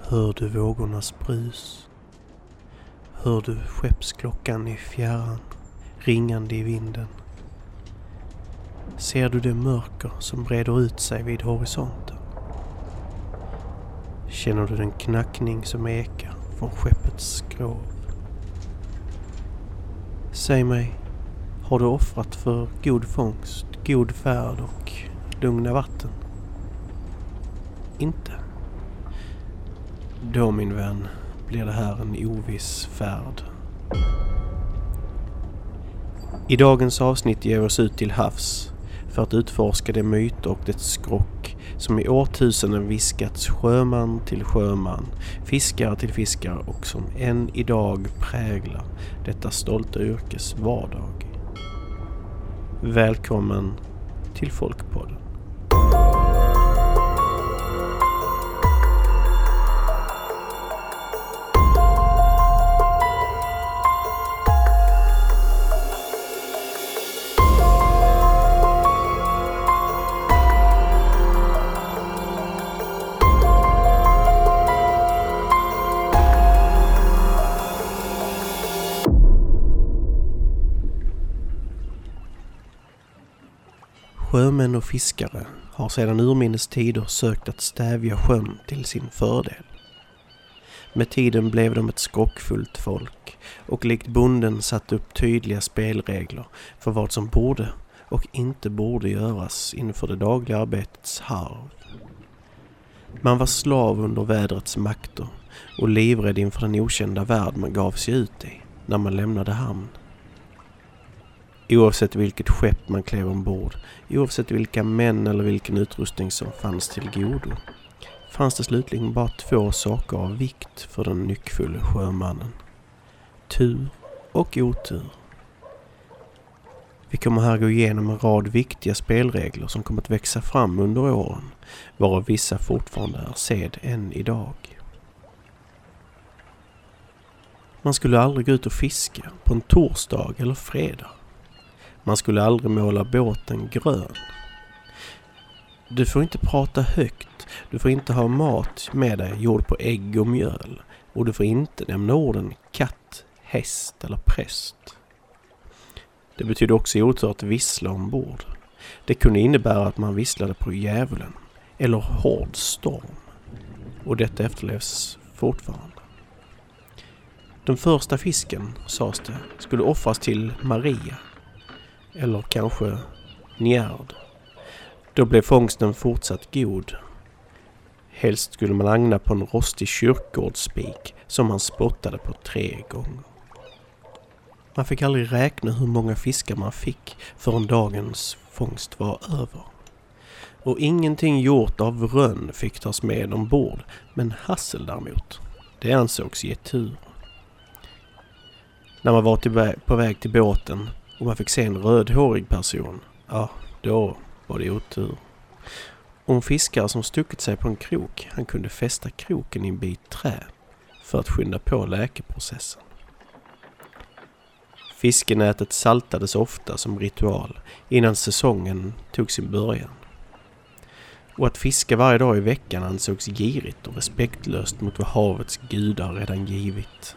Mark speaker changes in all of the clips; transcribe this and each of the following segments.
Speaker 1: Hör du vågornas brus? Hör du skeppsklockan i fjärran, ringande i vinden? Ser du det mörker som breder ut sig vid horisonten? Känner du den knackning som ekar från skeppets skrov? Säg mig, har du offrat för god fångst, god färd och lugna vatten? Inte. Då, min vän, blir det här en oviss färd. I dagens avsnitt ger vi oss ut till havs för att utforska de myter och det skrock som i årtusenden viskats sjöman till sjöman, fiskare till fiskare och som än idag präglar detta stolta yrkes vardag. Välkommen till Folkpodden. Sjömän och fiskare har sedan urminnes tider sökt att stävja sjön till sin fördel. Med tiden blev de ett skrockfullt folk och likt bonden satt upp tydliga spelregler för vad som borde och inte borde göras inför det dagliga arbetets harv. Man var slav under vädrets makter och livrädd inför den okända värld man gav sig ut i när man lämnade hamn. Oavsett vilket skepp man klev ombord, oavsett vilka män eller vilken utrustning som fanns till godo, fanns det slutligen bara två saker av vikt för den nyckfulla sjömannen. Tur och otur. Vi kommer här gå igenom en rad viktiga spelregler som kommer att växa fram under åren, varav vissa fortfarande är sed än idag. Man skulle aldrig gå ut och fiska på en torsdag eller fredag. Man skulle aldrig måla båten grön. Du får inte prata högt. Du får inte ha mat med dig gjord på ägg och mjöl. Och du får inte nämna orden katt, häst eller präst. Det betyder också otur att vissla ombord. Det kunde innebära att man visslade på djävulen eller hård storm. Och detta efterlevs fortfarande. Den första fisken, sades det, skulle offras till Maria. Eller kanske Njärd. Då blev fångsten fortsatt god. Helst skulle man agna på en rostig kyrkogårdsspik som man spottade på 3 gånger. Man fick aldrig räkna hur många fiskar man fick förrän dagens fångst var över. Och ingenting gjort av rönn fick tas med ombord, men hassel däremot, det ansågs ge tur. När man var på väg till båten och man fick se en rödhårig person, ja, då var det otur. Och en fiskare som stuckit sig på en krok, han kunde fästa kroken i en bit trä för att skynda på läkeprocessen. Fiskenätet saltades ofta som ritual innan säsongen tog sin början. Och att fiska varje dag i veckan ansågs girigt och respektlöst mot vad havets gudar redan givit.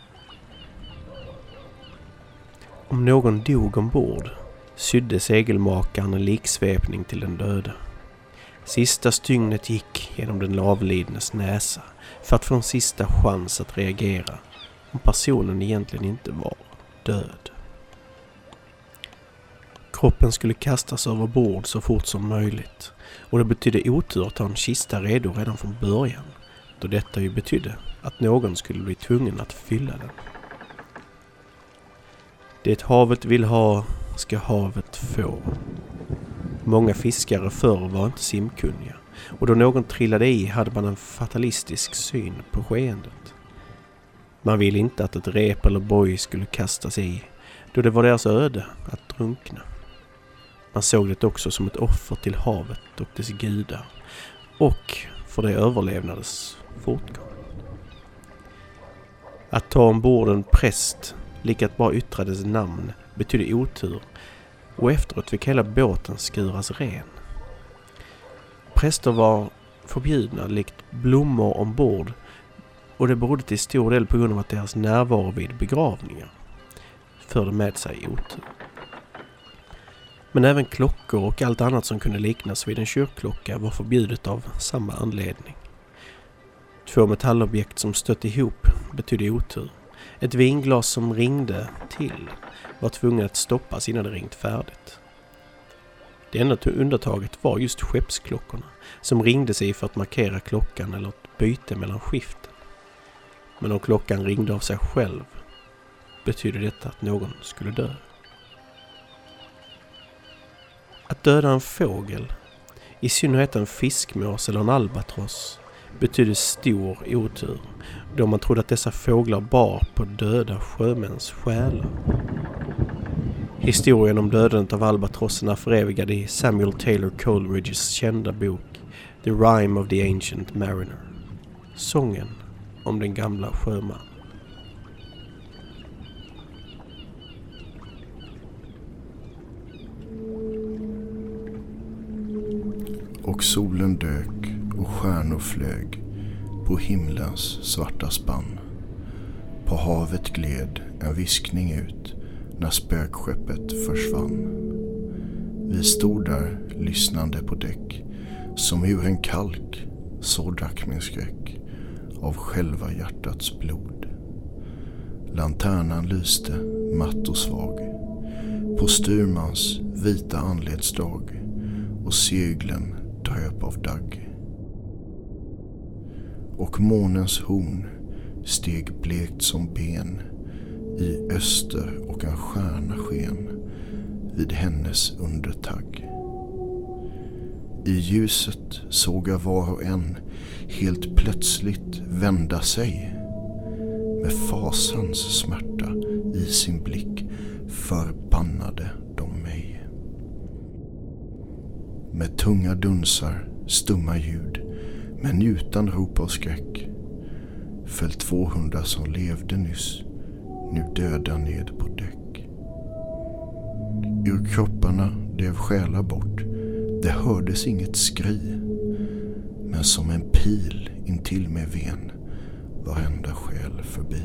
Speaker 1: Om någon dog ombord sydde segelmakaren en liksvepning till den döde. Sista stygnet gick genom den avlidnes näsa för att få en sista chans att reagera om personen egentligen inte var död. Kroppen skulle kastas över bord så fort som möjligt och det betydde otur att ha en kista redo redan från början, då detta ju betydde att någon skulle bli tvungen att fylla den. Det havet vill ha, ska havet få. Många fiskare förr var inte simkunniga, och då någon trillade i hade man en fatalistisk syn på skeendet. Man ville inte att ett rep eller boj skulle kastas i, då det var deras öde att drunkna. Man såg det också som ett offer till havet och dess gudar, och för det överlevnades fortgång. Att ta ombord en präst, lika att bara yttrades namn, betydde otur, och efteråt fick hela båten skuras ren. Präster var förbjudna likt blommor ombord och det berodde till stor del på grund av att deras närvaro vid begravningar förde med sig otur. Men även klockor och allt annat som kunde liknas vid en kyrkklocka var förbjudet av samma anledning. 2 metallobjekt som stött ihop betydde otur. Ett vinglas som ringde till var tvungen att stoppas innan det ringt färdigt. Det enda undantaget var just skeppsklockorna som ringde sig för att markera klockan eller ett byte mellan skiften. Men om klockan ringde av sig själv betydde detta att någon skulle dö. Att döda en fågel, i synnerhet en fiskmås eller en albatross, betydde stor otur då man trodde att dessa fåglar bar på döda sjömäns själar. Historien om dödandet av albatrossen är förevigad i Samuel Taylor Coleridges kända bok The Rime of the Ancient Mariner, sången om den gamla sjöman.
Speaker 2: Och solen dök och stjärnor flög på himlens svarta spann. På havet gled en viskning ut när spökskeppet försvann. Vi stod där lyssnande på däck, som ur en kalk så drack min skräck av själva hjärtats blod. Lanternan lyste matt och svag på styrmans vita anletsdag, och seglen dröp av dagg. Och månens horn steg blekt som ben i öster, och en stjärna sken vid hennes undertagg. I ljuset såg jag var och en helt plötsligt vända sig, med fasans smärta i sin blick förbannade de mig. Med tunga dunsar, stumma ljud, men utan rop och skräck, föll 200 som levde nyss, nu döda ned på däck. Ur kropparna drev själar bort, det hördes inget skri, men som en pil intill med ven varenda själ förbi.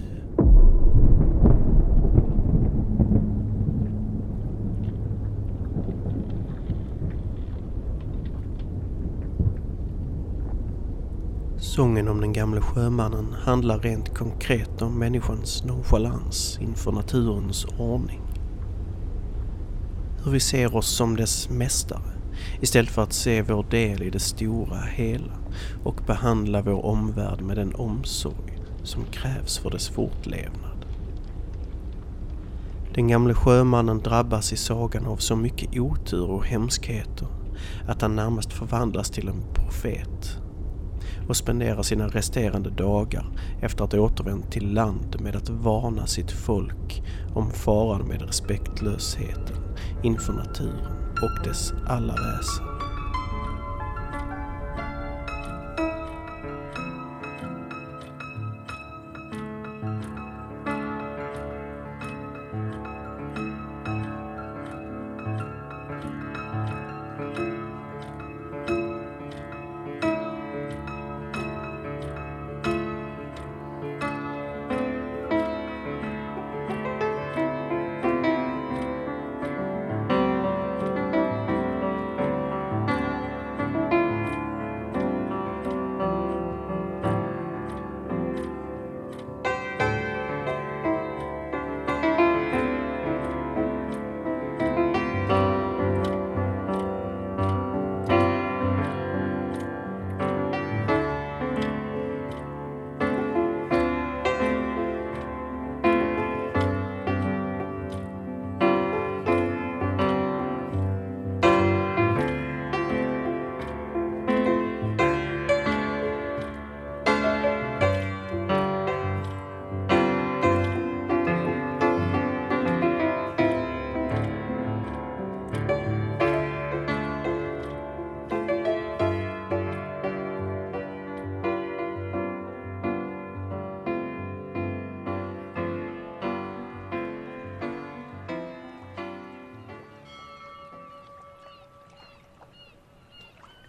Speaker 1: Sången om den gamla sjömannen handlar rent konkret om människans nonchalans inför naturens ordning. Hur vi ser oss som dess mästare istället för att se vår del i det stora hela och behandla vår omvärld med den omsorg som krävs för dess fortlevnad. Den gamla sjömannen drabbas i sagan av så mycket otur och hemskheter att han närmast förvandlas till en profet och spenderar sina resterande dagar efter att ha återvänt till land med att varna sitt folk om faran med respektlösheten inför naturen och dess alla väsen.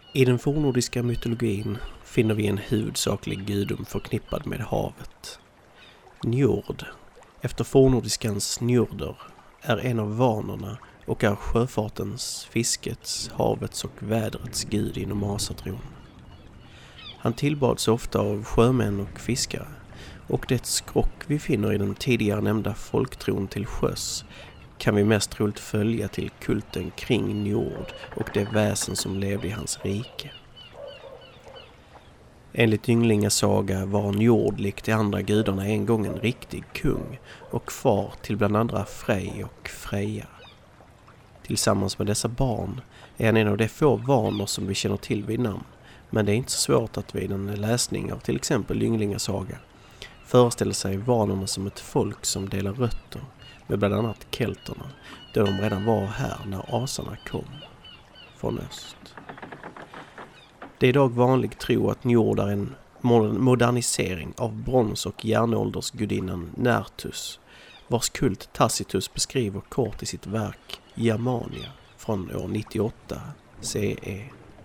Speaker 1: I den fornnordiska mytologin finner vi en huvudsaklig gudom förknippad med havet. Njord, efter fornnordiskans njurder, är en av vanorna och är sjöfartens, fiskets, havets och vädrets gud inom asatron. Han tillbads ofta av sjömän och fiskare, och det skrock vi finner i den tidigare nämnda folktron till sjöss kan vi mest troligt följa till kulten kring Njord och det väsen som levde i hans rike. Enligt Ynglingasaga var Njord likt de andra gudarna en gång en riktig kung och far till bland andra Frej och Freja. Tillsammans med dessa barn är han en av de få vanor som vi känner till vid namn, men det är inte så svårt att vid en läsning av till exempel Ynglingasaga föreställa sig vanorna som ett folk som delar rötter med bland annat kelterna, då de redan var här när asarna kom från öst. Det är idag vanlig tro att Njord är en modernisering av brons- och järnåldersgudinnan Nertus, vars kult Tacitus beskriver kort i sitt verk Germania från år 98 CE.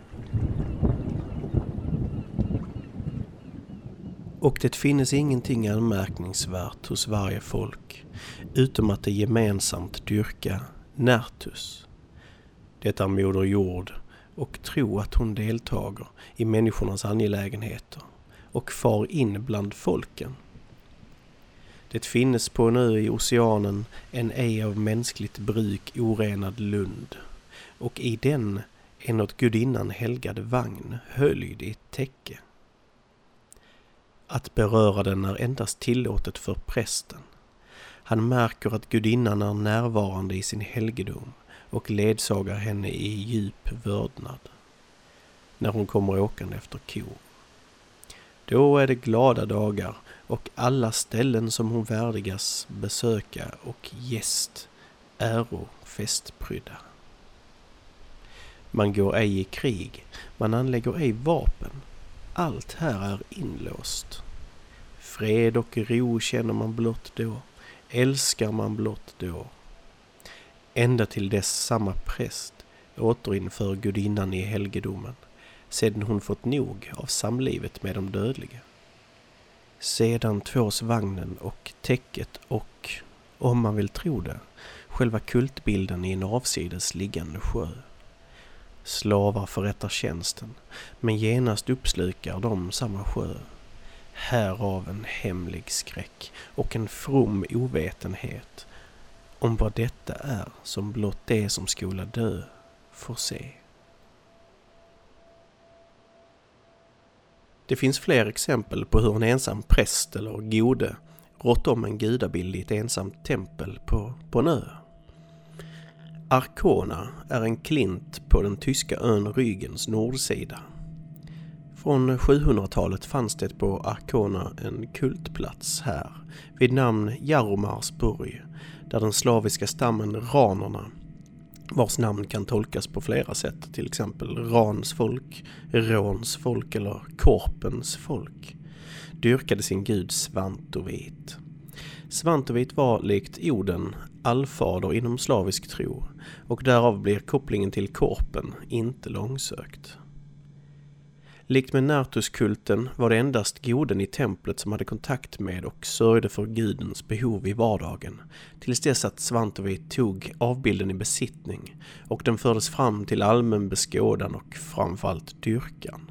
Speaker 1: Och det finns ingenting anmärkningsvärt hos varje folk, utom att det gemensamt dyrka Nertus. Det är moder jord och tro att hon deltager i människornas angelägenheter och far in bland folken. Det finns på en ö i oceanen en ej av mänskligt bruk orenad lund, och i den en åt gudinnan helgad vagn höljd i ett täcke. Att beröra den är endast tillåtet för prästen. Han märker att gudinnan är närvarande i sin helgedom och ledsagar henne i djup vördnad när hon kommer åkande efter kor. Då är det glada dagar och alla ställen som hon värdigas besöka och gäst äro festprydda. Man går ej i krig, man anlägger ej vapen. Allt här är inlåst. Fred och ro känner man blott då, älskar man blott då. Ända till dess samma präst återinför gudinnan i helgedomen, sedan hon fått nog av samlivet med de dödliga. Sedan tvås vagnen och täcket och, om man vill tro det, själva kultbilden i en avsides liggande sjö. Slavar förrättar tjänsten, men genast uppslukar de samma sjö. Härav en hemlig skräck och en from ovetenhet om vad detta är som blott det som skola dö får se. Det finns fler exempel på hur en ensam präst eller gode rått om en gudabild i ett ensamt tempel på en ö. Arkona är en klint på den tyska ön Rügens nordsida. Från 700-talet fanns det på Arkona en kultplats här vid namn Jaromarsburg, där den slaviska stammen ranerna, vars namn kan tolkas på flera sätt, till exempel Rans folk, Råns folk eller Korpens folk, dyrkade sin gud Svantovit. Svantovit var likt Oden allfader inom slavisk tro, och därav blir kopplingen till Korpen inte långsökt. Likt med Nertuskulten var det endast goden i templet som hade kontakt med och sörjde för gudens behov i vardagen, tills dess att Svantovit tog avbilden i besittning och den fördes fram till allmän beskådan och framförallt dyrkan.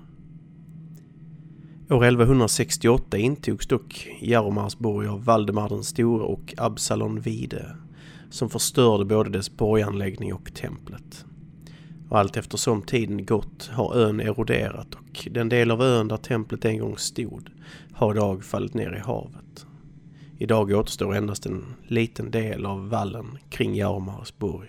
Speaker 1: År 1168 intogs dock Jaromarsborg av Valdemar den store och Absalon Vide, som förstörde både dess borganläggning och templet. Och allt eftersom tiden gått har ön eroderat och den del av ön där templet en gång stod har idag fallit ner i havet. Idag återstår endast en liten del av vallen kring Jaromarsborg.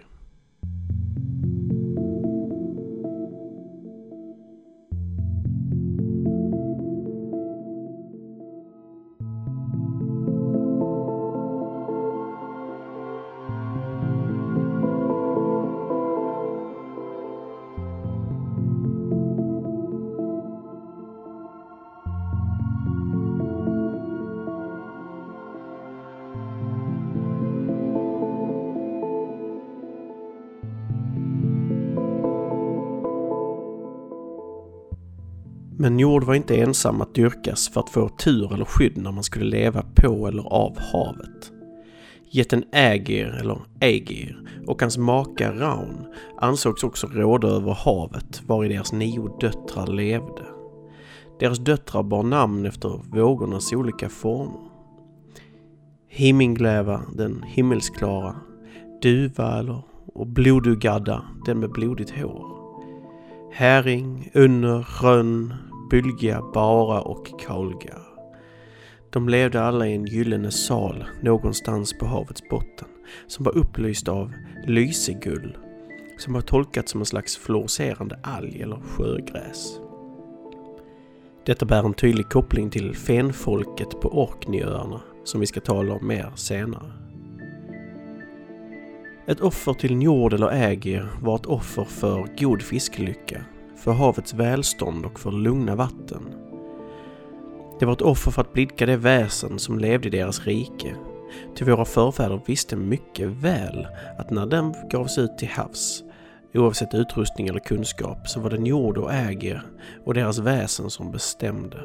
Speaker 1: Men jord var inte ensam att dyrkas för att få tur eller skydd när man skulle leva på eller av havet. Jätten Ägir eller Aegir och hans maka Raun ansågs också råda över havet, var i deras 9 döttrar levde. Deras döttrar bar namn efter vågornas olika former. Himingläva, den himmelsklara, Duva och Blodugadda, den med blodigt hår. Häring, Unner, Rönn, Bylga, Bara och Kaulga. De levde alla i en gyllene sal någonstans på havets botten som var upplyst av lysegull, som var tolkat som en slags fluorescerande alg eller sjögräs. Detta bär en tydlig koppling till fenfolket på Orkneyöarna som vi ska tala om mer senare. Ett offer till Njord eller Ägir var ett offer för god fiskelycka, för havets välstånd och för lugna vatten. Det var ett offer för att blidka det väsen som levde i deras rike. Till våra förfäder visste mycket väl att när de gav sig ut till havs, oavsett utrustning eller kunskap, så var det Njord och Ägir och deras väsen som bestämde.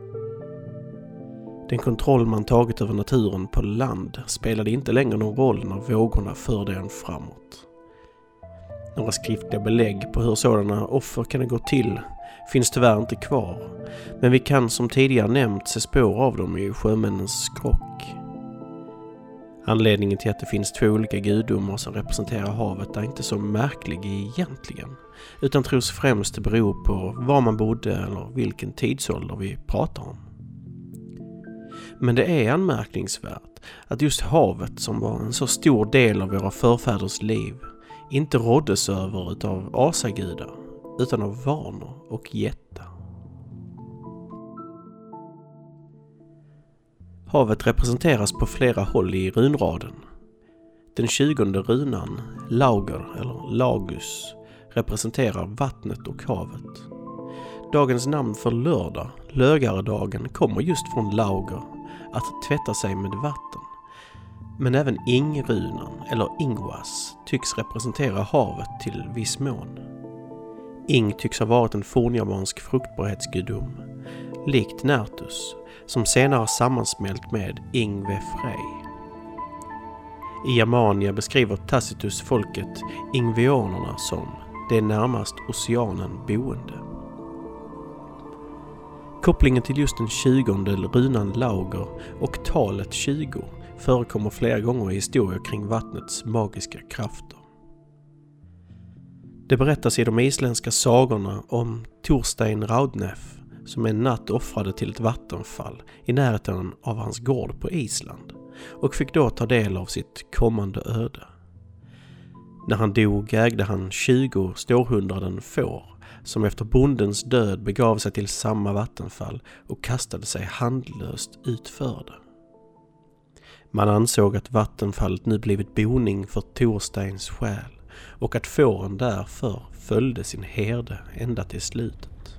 Speaker 1: Den kontroll man tagit över naturen på land spelade inte längre någon roll när vågorna förde den framåt. Några skriftliga belägg på hur sådana offer kan gå till finns tyvärr inte kvar, men vi kan som tidigare nämnt se spår av dem i sjömännens skrock. Anledningen till att det finns 2 olika gudomar som representerar havet är inte så märklig egentligen, utan tros främst beror på var man bodde eller vilken tidsålder vi pratar om. Men det är anmärkningsvärt att just havet, som var en så stor del av våra förfäders liv, inte råddes över utav asagudar, utan av vanor och jättar. Havet representeras på flera håll i runraden. Den 20:e runan, Lauger eller Lagus, representerar vattnet och havet. Dagens namn för lördag, lögaredagen, kommer just från Lauger, att tvätta sig med vatten. Men även Ingrunan eller Ingwas tycks representera havet till viss mån. Ing tycks ha varit en forngermansk fruktbarhetsgudom, likt Nertus, som senare sammansmält med Ingve Frey. I Germania beskriver Tacitus folket ingveonerna som det närmast oceanen boende. Kopplingen till just den 20:e runan Lauger och talet 20 förekommer flera gånger i historier kring vattnets magiska krafter. Det berättas i de isländska sagorna om Thorstein Raudnef, som en natt offrade till ett vattenfall i närheten av hans gård på Island och fick då ta del av sitt kommande öde. När han dog ägde han 20 stårhundraden får som efter bondens död begav sig till samma vattenfall och kastade sig handlöst utför det. Man ansåg att vattenfallet nu blivit boning för Thorsteins själ och att fåren därför följde sin herde ända till slutet.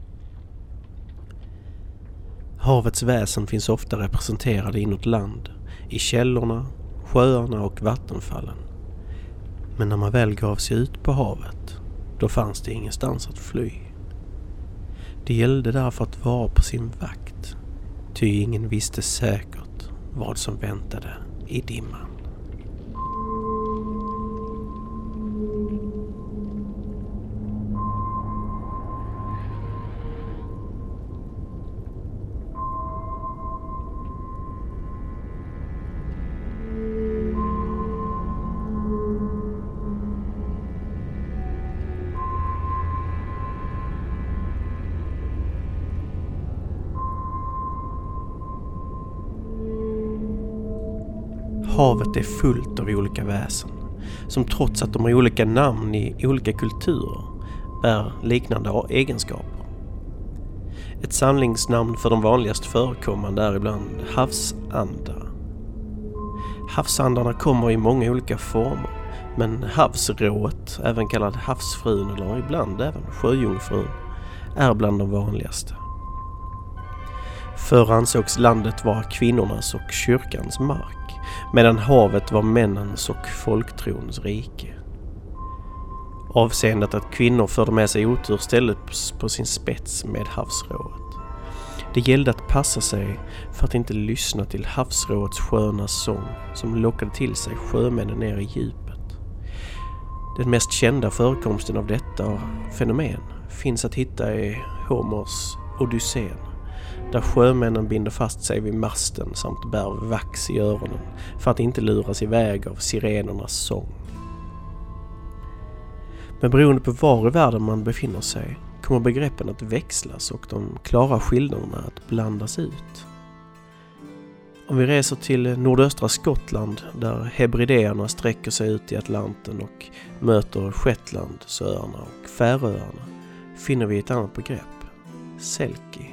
Speaker 1: Havets väsen finns ofta representerade inåt land, i källorna, sjöarna och vattenfallen. Men när man väl gav sig ut på havet, då fanns det ingenstans att fly. Det gällde därför att vara på sin vakt, ty ingen visste säkert vad som väntade i dimman. Havet är fullt av olika väsen, som trots att de har olika namn i olika kulturer, bär liknande egenskaper. Ett samlingsnamn för de vanligast förekommande är ibland havsandar. Havsandarna kommer i många olika former, men havsrået, även kallad havsfrun eller ibland även sjöjungfrun, är bland de vanligaste. Förr ansågs landet vara kvinnornas och kyrkans mark, medan havet var männens och folktrons rike. Avseendet att kvinnor förde med sig otur ställdes på sin spets med havsrået. Det gällde att passa sig för att inte lyssna till havsråets sköna sång som lockade till sig sjömännen ner i djupet. Den mest kända förekomsten av detta fenomen finns att hitta i Homers Odysseen, där sjömännen binder fast sig vid masten samt bär vax i öronen för att inte luras iväg av sirenernas sång. Men beroende på var i världen man befinner sig kommer begreppen att växlas och de klara skillnaderna att blandas ut. Om vi reser till nordöstra Skottland där hebridéerna sträcker sig ut i Atlanten och möter Shetlandsöarna och Färöarna finner vi ett annat begrepp, selkie.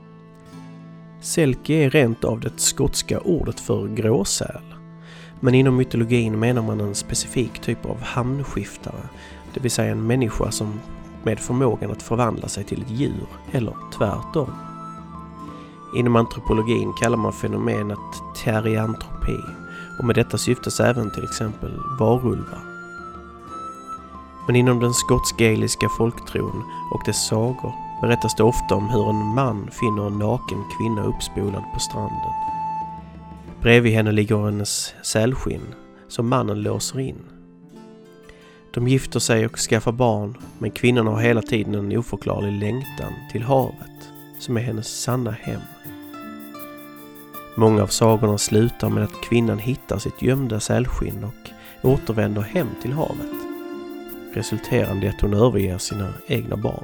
Speaker 1: Selkie är rent av det skotska ordet för gråsäl, men inom mytologin menar man en specifik typ av hamnskiftare, det vill säga en människa som med förmågan att förvandla sig till ett djur eller tvärtom. Inom antropologin kallar man fenomenet teriantropi och med detta syftas även till exempel varulvar. Men inom den skotsk-gaeliska folktron och dess sagor berättas det ofta om hur en man finner en naken kvinna uppspolad på stranden. Bredvid henne ligger hennes sälskinn som mannen låser in. De gifter sig och skaffar barn, men kvinnan har hela tiden en oförklarlig längtan till havet, som är hennes sanna hem. Många av sagorna slutar med att kvinnan hittar sitt gömda sälskinn och återvänder hem till havet, resulterande i att hon överger sina egna barn.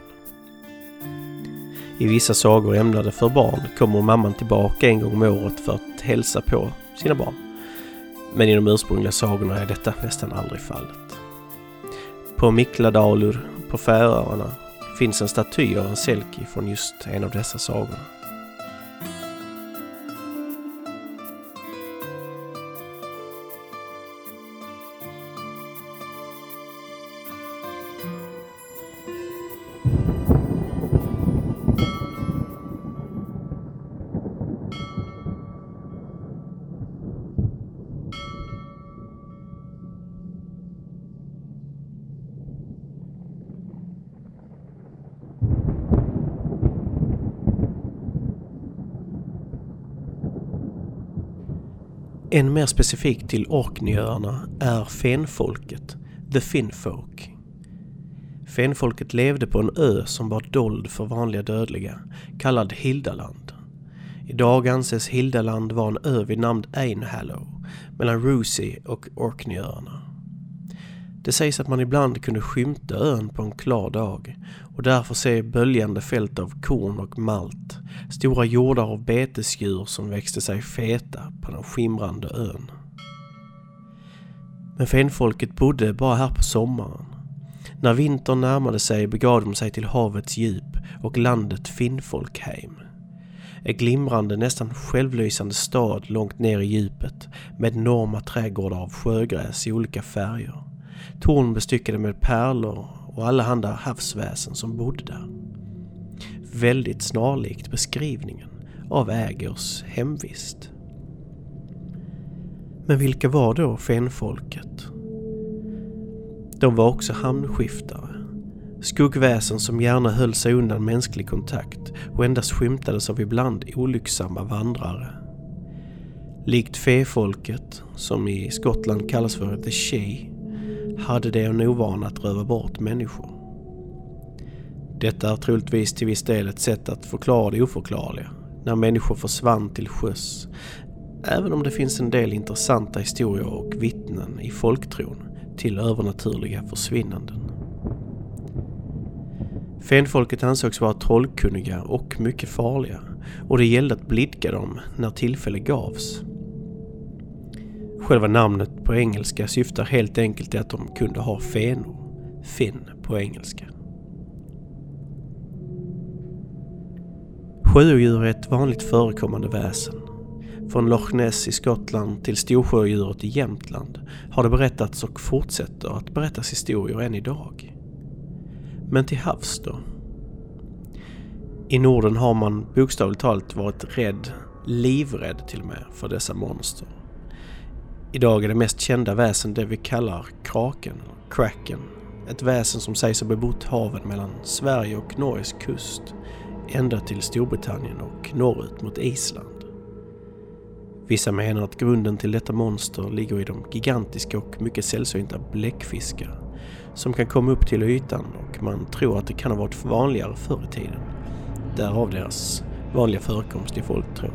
Speaker 1: I vissa sagor ämnade för barn kommer mamman tillbaka en gång om året för att hälsa på sina barn. Men i de ursprungliga sagorna är detta nästan aldrig fallet. På Mikladalur på Färöarna finns en staty av en selkie från just en av dessa sagorna. En mer specifikt till Orkneyöarna är fenfolket, the Finfolk. Fenfolket levde på en ö som var dold för vanliga dödliga, kallad Hildaland. Idag anses Hildaland vara en ö vid namn Ainhallow, mellan Rusey och Orkneyöarna. Det sägs att man ibland kunde skymta ön på en klar dag och därför se böljande fält av korn och malt, stora jordar av betesdjur som växte sig feta på den skimrande ön. Men fenfolket bodde bara här på sommaren. När vintern närmade sig begav de sig till havets djup och landet Finnfolkheim. Ett glimrande, nästan självlysande stad långt ner i djupet med enorma trädgårdar av sjögräs i olika färger. Torn bestyckade med pärlor och alla handa havsväsen som bodde där. Väldigt snarlikt beskrivningen av ägers hemvist. Men vilka var då fenfolket? De var också hamnskiftare. Skuggväsen som gärna höll sig undan mänsklig kontakt och endast skymtades av ibland olycksamma vandrare. Likt fefolket, som i Skottland kallas för the Shay, hade de en ovana att röva bort människor. Detta är troligtvis till viss del ett sätt att förklara det oförklarliga, när människor försvann till sjöss, även om det finns en del intressanta historier och vittnen i folktron till övernaturliga försvinnanden. Fenfolket ansågs vara trollkunniga och mycket farliga, och det gällde att blidka dem när tillfälle gavs. Själva namnet på engelska syftar helt enkelt till att de kunde ha fenor, fin på engelska. Sjöodjur är ett vanligt förekommande väsen. Från Loch Ness i Skottland till storsjöodjuret i Jämtland har det berättats och fortsätter att berättas historier än idag. Men till havs då? I Norden har man bokstavligt talat varit livrädd till och med för dessa monster. Idag är det mest kända väsen det vi kallar kraken, kraken, Ett väsen som sägs ha bebott haven mellan Sverige och Norges kust ända till Storbritannien och norrut mot Island. Vissa menar att grunden till detta monster ligger i de gigantiska och mycket sällsynta bläckfiskar som kan komma upp till ytan, och man tror att det kan ha varit vanligare förr i tiden. Därav deras vanliga förekomst i folktron.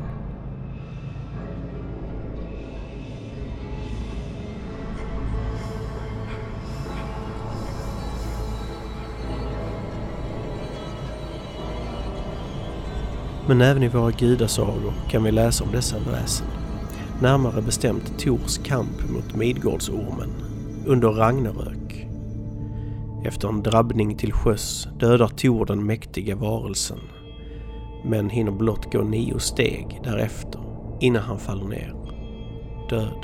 Speaker 1: Men även i våra gudasagor kan vi läsa om dessa väsen. Närmare bestämt Tors kamp mot Midgårdsormen under Ragnarök. Efter en drabbning till sjöss dödar Tor den mäktiga varelsen, men hinner blott gå 9 steg därefter innan han faller ner, död.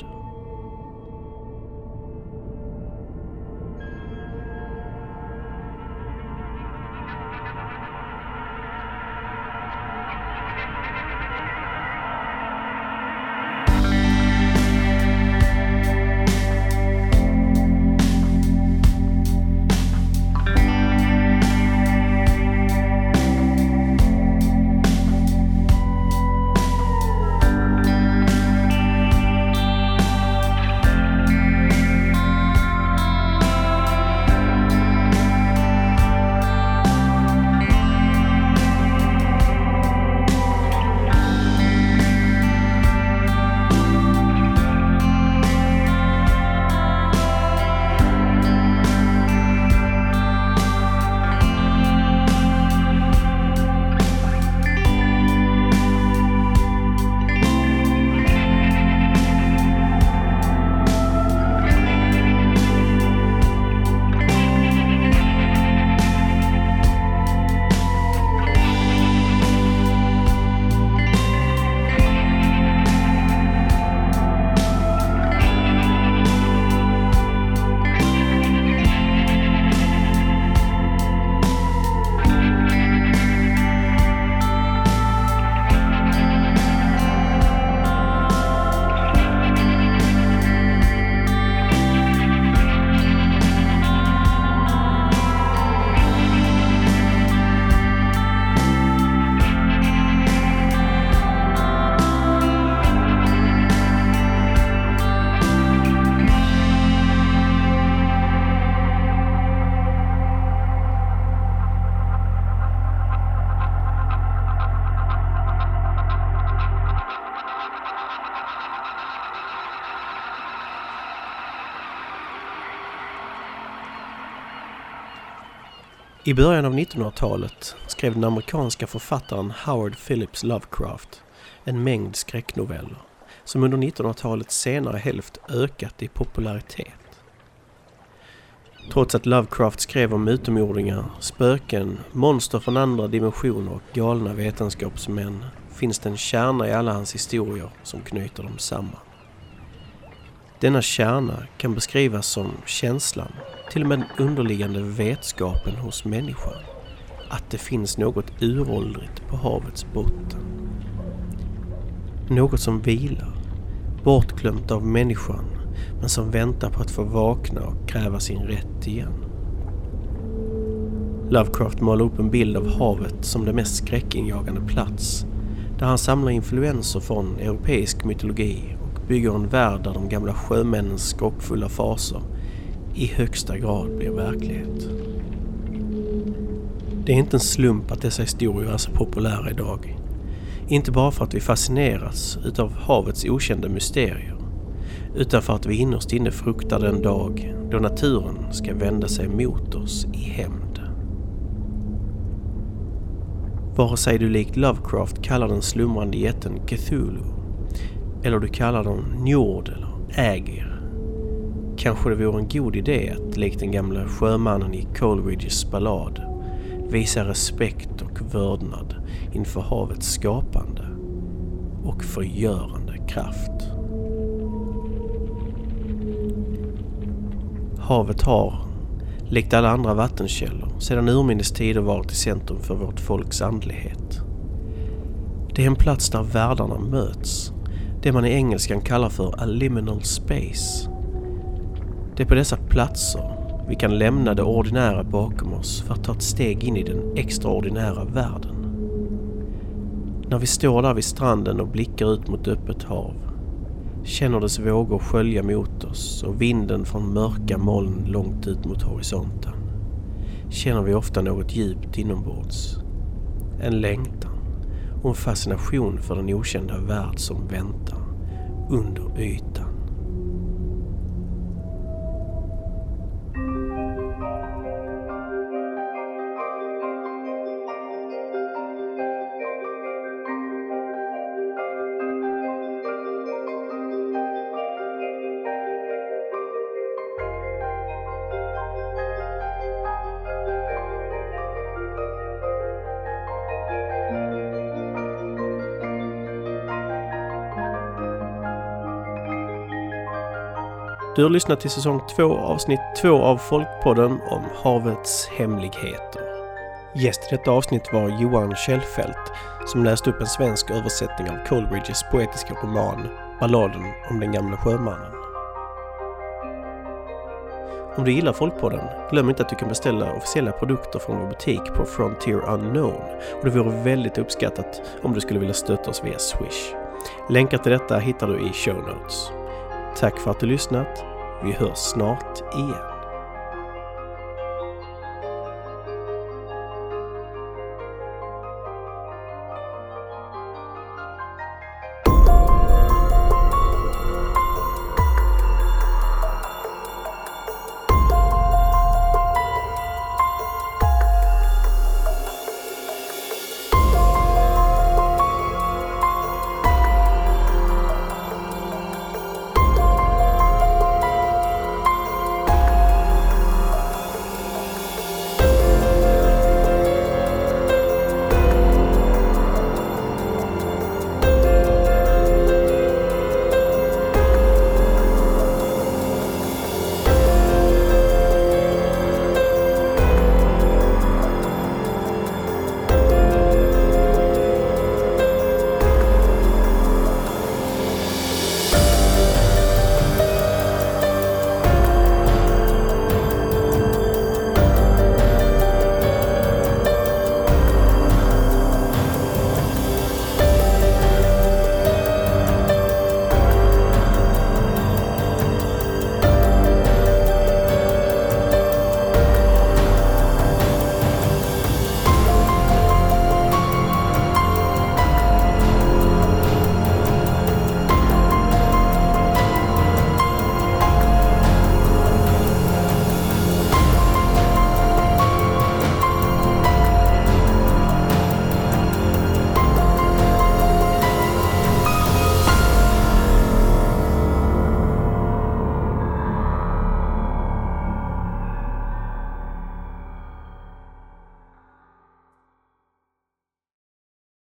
Speaker 1: I början av 1900-talet skrev den amerikanska författaren Howard Phillips Lovecraft en mängd skräcknoveller som under 1900-talets senare hälft ökat i popularitet. Trots att Lovecraft skrev om utomjordingar, spöken, monster från andra dimensioner och galna vetenskapsmän finns det en kärna i alla hans historier som knyter dem samman. Denna kärna kan beskrivas som känslan, till och med den underliggande vetskapen hos människan, att det finns något uråldrigt på havets botten. Något som vilar, bortglömt av människan, men som väntar på att få vakna och kräva sin rätt igen. Lovecraft målar upp en bild av havet som den mest skräckinjagande plats, där han samlar influenser från europeisk mytologi och bygger en värld där de gamla sjömännens skrockfulla faser i högsta grad blir verklighet. Det är inte en slump att dessa historier är så populära idag. Inte bara för att vi fascineras utav havets okända mysterier, utan för att vi innerst inne fruktar den dag då naturen ska vända sig mot oss i hämnd. Vare sig du likt Lovecraft kallar den slumrande jätten Cthulhu, eller du kallar den Njord eller Ägir, kanske det vore en god idé att likt den gamla sjömannen i Coleridges ballad visa respekt och vördnad inför havets skapande och förgörande kraft. Havet har, likt alla andra vattenkällor, sedan urminnes tider varit i centrum för vårt folks andlighet. Det är en plats där världarna möts, det man i engelskan kallar för a liminal space. Det är på dessa platser, Vi kan lämna det ordinära bakom oss för att ta ett steg in i den extraordinära världen. När vi står där vid stranden och blickar ut mot öppet hav, känner dess vågor skölja mot oss och vinden från mörka moln långt ut mot horisonten, känner vi ofta något djupt inombords. En längtan och en fascination för den okända värld som väntar under ytan. Du har lyssnat till säsong 2, avsnitt 2 av Folkpodden om havets hemligheter. Gäst i detta avsnitt var Johan Kjellfeldt som läste upp en svensk översättning av Coleridges poetiska roman Balladen om den gamla sjömannen. Om du gillar Folkpodden, glöm inte att du kan beställa officiella produkter från vår butik på Frontier Unknown, och det vore väldigt uppskattat om du skulle vilja stötta oss via Swish. Länkar till detta hittar du i show notes. Tack för att du lyssnat. Vi hörs snart igen.